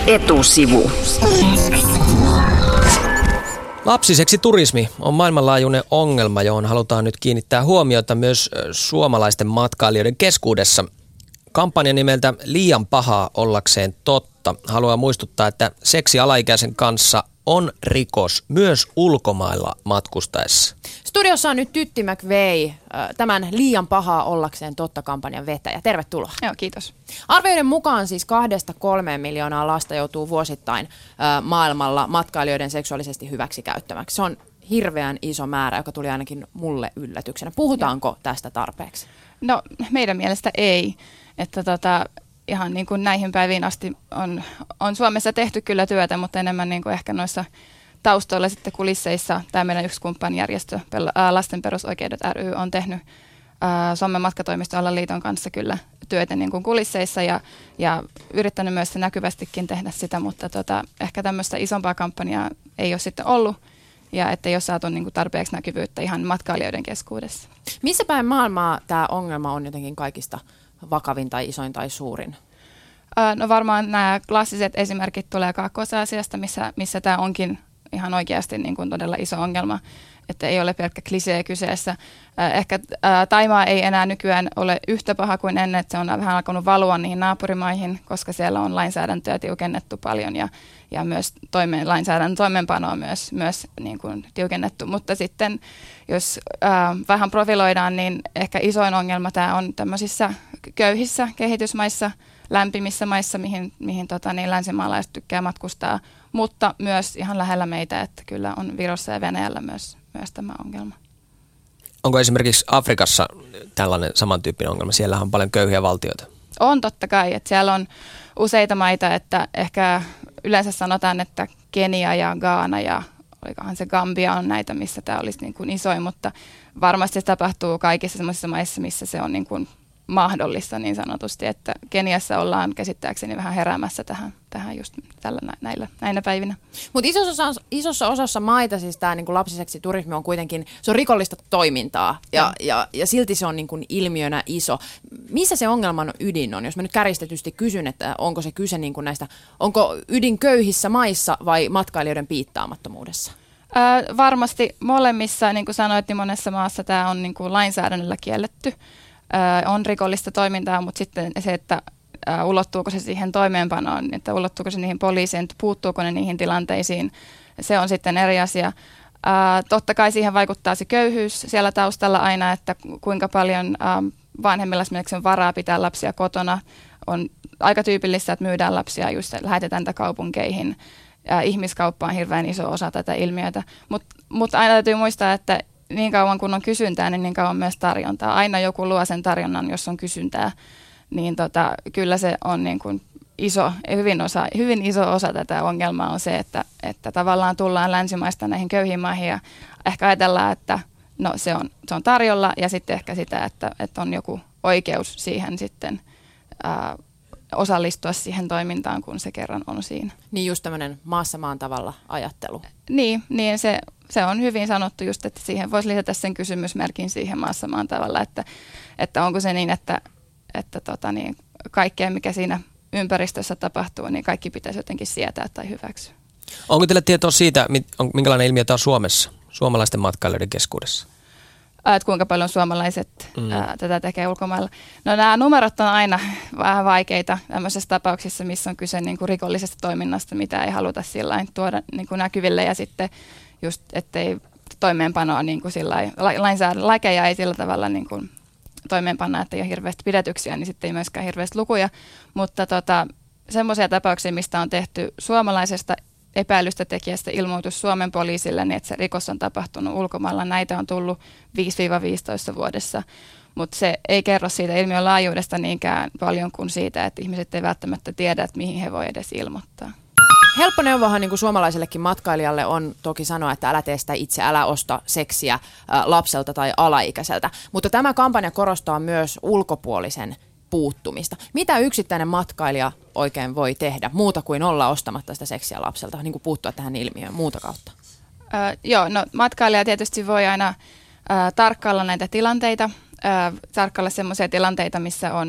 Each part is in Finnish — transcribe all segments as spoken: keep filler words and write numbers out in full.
Etusivu. Lapsiseksiturismi on maailmanlaajuinen ongelma, johon halutaan nyt kiinnittää huomiota myös suomalaisten matkailijoiden keskuudessa. Kampanja nimeltä Liian pahaa ollakseen totta haluaa muistuttaa, että seksi alaikäisen kanssa on rikos myös ulkomailla matkustaessa. Studiossa on nyt Tytti McVey, tämän Liian pahaa ollakseen totta -kampanjan vetäjä. Tervetuloa. Joo, kiitos. Arvioiden mukaan siis kahdesta kolmeen miljoonaa lasta joutuu vuosittain maailmalla matkailijoiden seksuaalisesti hyväksikäyttämäksi. Se on hirveän iso määrä, joka tuli ainakin mulle yllätyksenä. Puhutaanko ja. tästä tarpeeksi? No, meidän mielestä ei. Että tota, ihan niin kuin näihin päiviin asti on, on Suomessa tehty kyllä työtä, mutta enemmän niin kuin ehkä noissa taustoilla sitten kulisseissa. Tämä meidän yksi kumppanijärjestö, Lasten perusoikeudet ry, on tehnyt ää, Suomen matkatoimistoalan liiton kanssa kyllä työtä niin kuin kulisseissa ja, ja yrittänyt myös näkyvästikin tehdä sitä, mutta tota, ehkä tämmöistä isompaa kampanjaa ei ole sitten ollut ja ettei ole saatu niin kuin tarpeeksi näkyvyyttä ihan matkailijoiden keskuudessa. Missä päin maailmaa tämä ongelma on jotenkin kaikista vakavin tai isoin tai suurin? No varmaan nämä klassiset esimerkit tulee Kaakkois-Aasiasta, missä, missä tämä onkin ihan oikeasti niin kuin todella iso ongelma, että ei ole pelkkä klisee kyseessä. Ehkä Thaimaa ei enää nykyään ole yhtä paha kuin ennen, että se on vähän alkanut valua niihin naapurimaihin, koska siellä on lainsäädäntöä tiukennettu paljon ja, ja myös toimeen, lainsäädännön toimeenpanoa myös, myös niin kuin tiukennettu. Mutta sitten jos äh, vähän profiloidaan, niin ehkä isoin ongelma tämä on tämmöisissä köyhissä kehitysmaissa, lämpimissä maissa, mihin, mihin tota, niin länsimaalaiset tykkää matkustaa, mutta myös ihan lähellä meitä, että kyllä on Virossa ja Venäjällä myös, myös tämä ongelma. Onko esimerkiksi Afrikassa tällainen samantyyppinen ongelma? Siellä on paljon köyhiä valtioita. On totta kai, että siellä on useita maita, että ehkä yleensä sanotaan, että Kenia ja Ghana ja olikohan se Gambia on näitä, missä tämä olisi niin kuin isoin, mutta varmasti se tapahtuu kaikissa sellaisissa maissa, missä se on niin kuin mahdollista niin sanotusti, että Keniassa ollaan käsittääkseni vähän heräämässä tähän, tähän just tällä, näillä, näinä päivinä. Mutta isossa, isossa osassa maita siis tämä niinku lapsiseksiturismi on kuitenkin, se on rikollista toimintaa ja, ja, ja silti se on niinku ilmiönä iso. Missä se ongelman ydin on? Jos mä nyt kärjistetysti kysyn, että onko se kyse niinku näistä, onko ydin köyhissä maissa vai matkailijoiden piittaamattomuudessa? Ää, varmasti molemmissa, niin kuin sanoit, niin monessa maassa tämä on niin kuin lainsäädännöllä kielletty. Ö, on rikollista toimintaa, mutta sitten se, että ö, ulottuuko se siihen toimeenpanoon, että ulottuuko se niihin poliisiin, että puuttuuko ne niihin tilanteisiin, se on sitten eri asia. Ö, totta kai siihen vaikuttaa se köyhyys siellä taustalla aina, että kuinka paljon ö, vanhemmilla esimerkiksi on varaa pitää lapsia kotona. On aika tyypillistä, että myydään lapsia, just lähetetään tätä kaupunkeihin. Ö, ihmiskauppa on hirveän iso osa tätä ilmiötä, mutta mut aina täytyy muistaa, että niin kauan kun on kysyntää, niin niin kauan myös tarjontaa. Aina joku luo sen tarjonnan, jos on kysyntää, niin tota, kyllä se on niin kuin iso, hyvin, osa, hyvin iso osa tätä ongelmaa on se, että, että tavallaan tullaan länsimaista näihin köyhiin maihin ja ehkä ajatellaan, että no, se, on, se on tarjolla ja sitten ehkä sitä, että, että on joku oikeus siihen sitten ää, osallistua siihen toimintaan, kun se kerran on siinä. Niin just tämmöinen maassa maan tavalla ajattelu. Niin, niin se, se on hyvin sanottu just, että siihen voisi lisätä sen kysymysmerkin siihen maassa maan tavalla, että, että onko se niin, että, että tota niin, kaikkea mikä siinä ympäristössä tapahtuu, niin kaikki pitäisi jotenkin sietää tai hyväksyä. Onko teillä tietoa siitä, minkälainen ilmiö tämä on Suomessa, suomalaisten matkailijoiden keskuudessa? Että kuinka paljon suomalaiset mm. ää, tätä tekee ulkomailla. No nämä numerot on aina vähän vaikeita tämmöisissä tapauksissa, missä on kyse niin kuin rikollisesta toiminnasta, mitä ei haluta sillain tuoda niin kuin näkyville ja sitten just, ettei toimeenpanoa niin kuin sillain, lainsäädäntö, lakeja ei sillä tavalla niin kuin toimeenpanna, että ei ole hirveästi pidätyksiä, niin sitten ei myöskään hirveästi lukuja, mutta tota, semmoisia tapauksia, mistä on tehty suomalaisesta epäilystä tekijästä ilmoitus Suomen poliisille, niin että se rikos on tapahtunut ulkomailla. Näitä on tullut viisi viisitoista vuodessa, mutta se ei kerro siitä ilmiön laajuudesta niinkään paljon kuin siitä, että ihmiset ei välttämättä tiedä, että mihin he voi edes ilmoittaa. Helppo neuvohan niin kuin suomalaisellekin matkailijalle on toki sanoa, että älä tee sitä itse, älä osta seksiä ä, lapselta tai alaikäiseltä, mutta tämä kampanja korostaa myös ulkopuolisen puuttumista. Mitä yksittäinen matkailija oikein voi tehdä muuta kuin olla ostamatta sitä seksiä lapselta, niin kuin puuttua tähän ilmiöön muuta kautta? Äh, joo, no matkailija tietysti voi aina äh, tarkkailla näitä tilanteita, äh, tarkkailla semmoisia tilanteita, missä on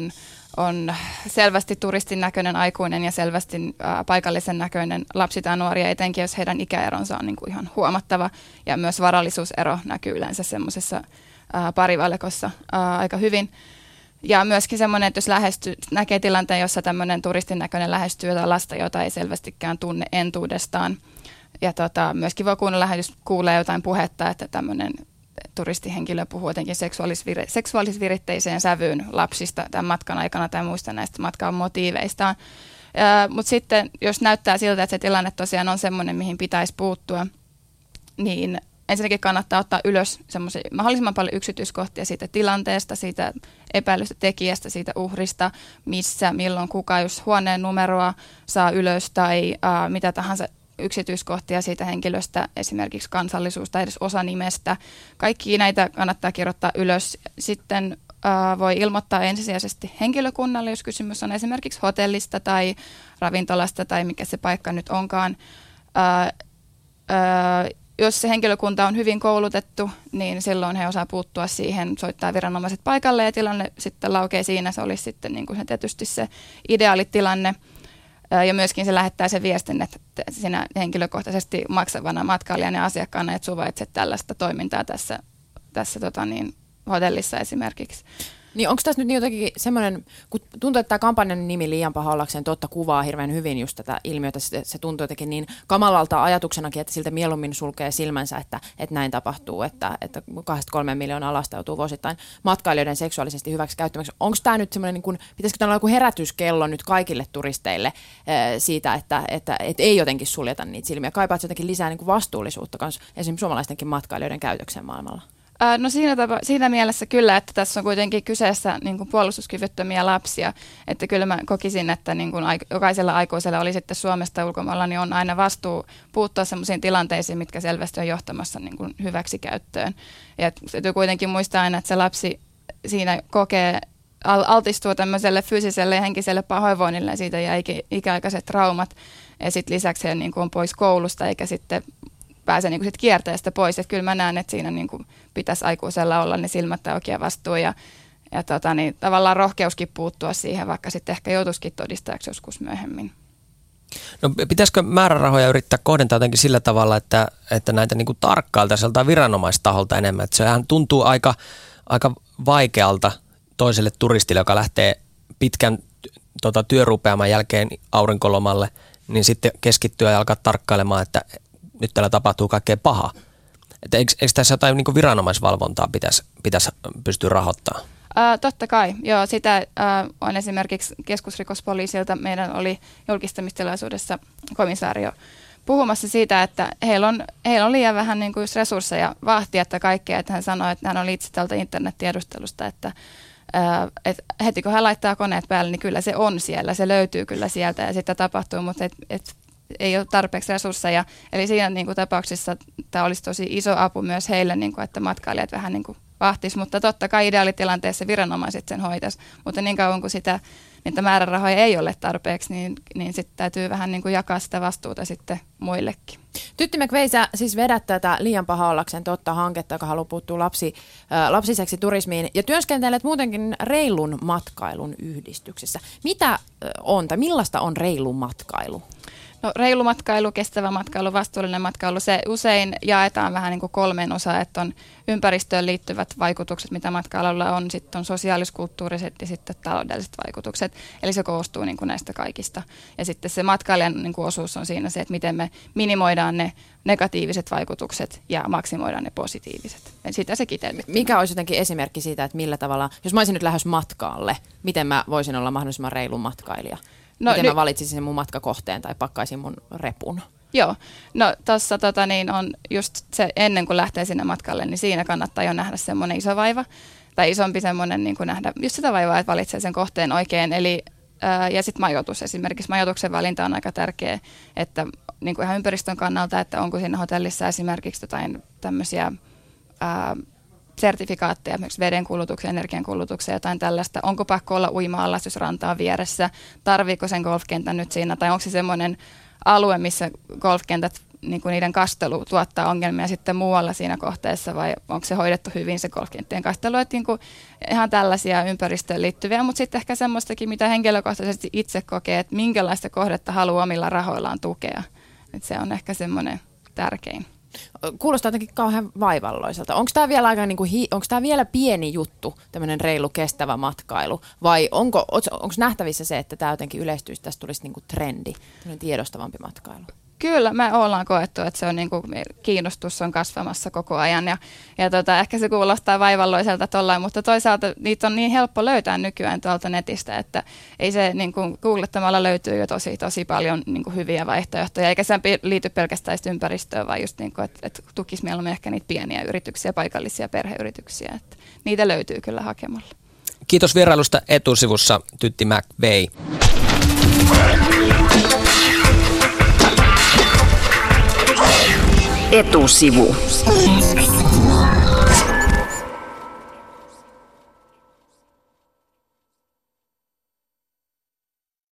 on selvästi turistin näköinen aikuinen ja selvästi ää, paikallisen näköinen lapsi tai nuoria, etenkin jos heidän ikäeronsa on niin kuin ihan huomattava. Ja myös varallisuusero näkyy yleensä semmoisessa parivalikossa ää, aika hyvin. Ja myöskin semmoinen, että jos lähestyy, näkee tilanteen, jossa tämmöinen turistin näköinen lähestyy jotain lasta, jota ei selvästikään tunne entuudestaan. Ja tota, myöskin voi kuunnella, jos kuulee jotain puhetta, että tämmöinen turistihenkilö puhuu jotenkin seksuaalis- seksuaalisviritteiseen sävyyn lapsista tämän matkan aikana tai muista näistä matkan motiiveistaan. Mutta sitten, jos näyttää siltä, että se tilanne tosiaan on semmoinen, mihin pitäisi puuttua, niin ensinnäkin kannattaa ottaa ylös semmoisia mahdollisimman paljon yksityiskohtia siitä tilanteesta, siitä epäilystä tekijästä, siitä uhrista, missä, milloin, kuka, jos huoneen numeroa saa ylös tai uh, mitä tahansa yksityiskohtia siitä henkilöstä, esimerkiksi kansallisuus tai edes osa nimestä. Kaikki näitä kannattaa kirjoittaa ylös. Sitten uh, voi ilmoittaa ensisijaisesti henkilökunnalle, jos kysymys on esimerkiksi hotellista tai ravintolasta tai mikä se paikka nyt onkaan. Uh, uh, Jos se henkilökunta on hyvin koulutettu, niin silloin he osaa puuttua siihen, soittaa viranomaiset paikalle ja tilanne sitten laukee siinä. Se olisi sitten niin kuin se tietysti se ideaalitilanne. Ja myöskin se lähettää sen viestin, että sinä henkilökohtaisesti maksavana matkailijana ja asiakkaana, että suvaitset tällaista toimintaa tässä, tässä tota niin, hotellissa esimerkiksi. Niin onko tässä nyt niin jotenkin semmoinen, kun tuntuu, että tämä kampanjan nimi Liian paha ollakseen totta kuvaa hirveän hyvin just tätä ilmiötä, se, se tuntuu jotenkin niin kamalalta ajatuksenakin, että siltä mieluummin sulkee silmänsä, että, että näin tapahtuu, että, että kahdesta kolmeen miljoonaa lasta joutuu vuosittain matkailijoiden seksuaalisesti hyväksi käyttämäksi. Onko tämä nyt semmoinen, niin kuin, pitäisikö tämä olla joku herätyskello nyt kaikille turisteille äh, siitä, että, että, että ei jotenkin suljeta niitä silmiä? Kaipaat jotenkin lisää niin kuin vastuullisuutta kans esimerkiksi suomalaistenkin matkailijoiden käytökseen maailmalla? No siinä, tapa, siinä mielessä kyllä, että tässä on kuitenkin kyseessä niin kuin puolustuskyvyttömiä lapsia, että kyllä mä kokisin, että niin kuin jokaisella aikuisella oli sitten Suomesta tai ulkomailla, niin on aina vastuu puuttua sellaisiin tilanteisiin, mitkä selvästi on johtamassa niin kuin hyväksikäyttöön. Ja täytyy kuitenkin muistaa aina, että se lapsi siinä kokee, altistuu tämmöiselle fyysiselle ja henkiselle pahoinvoinnille ja siitä jää ikäaikaiset traumat ja sitten lisäksi se niin kuin on pois koulusta eikä sitten pääsee niin kuin sit kierteestä pois. Että kyllä mä näen, että siinä niin kuin pitäisi aikuisella olla ne silmät ja oikea vastuu ja, ja tota, niin, tavallaan rohkeuskin puuttua siihen, vaikka sitten ehkä joutuisikin todistajaksi joskus myöhemmin. No pitäisikö määrärahoja yrittää kohdentaa jotenkin sillä tavalla, että, että näitä niin kuin tarkkailtaisiin joltain viranomaistaholta enemmän? Että sehän tuntuu aika, aika vaikealta toiselle turistille, joka lähtee pitkän tota, työrupeaman jälkeen aurinkolomalle, niin sitten keskittyä ja alkaa tarkkailemaan, että nyt täällä tapahtuu kaikkea pahaa. Että eikö, eikö tässä jotain niin kuin viranomaisvalvontaa pitäisi, pitäisi pystyä rahoittamaan? Uh, totta kai. Joo, sitä uh, on esimerkiksi keskusrikospoliisilta. Meidän oli julkistamistilaisuudessa komisaario puhumassa siitä, että heillä on, heillä on liian vähän niin kuin resursseja vahtia että kaikkea. Että hän sanoi, että hän oli itse tältä internettiedustelusta, että uh, et heti kun hän laittaa koneet päälle, niin kyllä se on siellä. Se löytyy kyllä sieltä ja sitä tapahtuu, mutta et, et ei ole tarpeeksi resursseja. Eli siinä niin kuin tapauksessa tämä olisi tosi iso apu myös heille, niin kuin, että matkailijat vähän niin kuin vahtis, mutta totta kai ideaalitilanteessa viranomaiset sen hoitaisi. Mutta niin kauan kuin sitä, niitä määrärahoja ei ole tarpeeksi, niin, niin sitten täytyy vähän niin kuin jakaa sitä vastuuta sitten muillekin. Tytti McVey, sä siis vedät tätä Liian paha ollakseen totta -hanketta, joka haluaa puuttua lapsi, äh, lapsiseksi turismiin ja työskentelet muutenkin reilun matkailun yhdistyksessä. Mitä äh, on tai millaista on reilu matkailu? No, reilu matkailu, kestävä matkailu, vastuullinen matkailu, se usein jaetaan vähän niin kuin kolmeen osaan, että on ympäristöön liittyvät vaikutukset, mitä matkailulla on, sitten on sosiaaliskulttuuriset ja sitten taloudelliset vaikutukset, eli se koostuu niin kuin näistä kaikista. Ja sitten se matkailijan niin kuin osuus on siinä se, että miten me minimoidaan ne negatiiviset vaikutukset ja maksimoidaan ne positiiviset. Ja sitä se kiteytyy. Mikä olisi jotenkin esimerkki siitä, että millä tavalla, jos mä olisin nyt lähdössä matkaalle, miten mä voisin olla mahdollisimman reilu matkailija? No, Miten ny- mä valitsisin sen mun matkakohteen tai pakkaisin mun repun? Joo, no tuossa tota, niin on just se ennen kuin lähtee sinne matkalle, niin siinä kannattaa jo nähdä semmoinen iso vaiva. Tai isompi semmoinen niin kuin nähdä just sitä vaivaa, että valitsee sen kohteen oikein. Eli, ää, ja sitten majoitus esimerkiksi. Majoituksen valinta on aika tärkeä, että niin kuin ihan ympäristön kannalta, että onko siinä hotellissa esimerkiksi jotain tämmöisiä ää, sertifikaatteja, esimerkiksi vedenkulutuksen, energiankulutuksen, jotain tällaista. Onko pakko olla uima-allas, jos ranta on vieressä? Tarviiko sen golfkentän nyt siinä? Tai onko se semmoinen alue, missä golfkentät niin kuin niiden kastelu tuottaa ongelmia sitten muualla siinä kohteessa vai onko se hoidettu hyvin se golfkenttien kastelu. Että niin kuin ihan tällaisia ympäristöön liittyviä, mutta sitten ehkä semmoistakin, mitä henkilökohtaisesti itse kokee, että minkälaista kohdetta haluaa omilla rahoillaan tukea. Että se on ehkä semmoinen tärkein. Kuulostaa jotenkin kauhean vaivalloiselta. Onko tämä vielä aika niinku hi- onko tämä vielä pieni juttu, tämmöinen reilu kestävä matkailu, vai onko onko nähtävissä se, että tämä jotenkin yleistyisi, tästä tulisi niinku trendi, tämmöinen tiedostavampi matkailu? Kyllä, me ollaan koettu, että se on niin kuin, kiinnostus on kasvamassa koko ajan ja, ja tota, ehkä se kuulostaa vaivalloiselta tollain, mutta toisaalta niitä on niin helppo löytää nykyään tuolta netistä, että ei se niin kuin googlettamalla löytyy jo tosi, tosi paljon niin kuin hyviä vaihtoehtoja, eikä se liity pelkästään ympäristöön, vaan just niin kuin, että, että tukisi mieluummin ehkä niitä pieniä yrityksiä, paikallisia perheyrityksiä, että niitä löytyy kyllä hakemalla. Kiitos vierailusta Etusivussa, Tytti McVey. Etusivu.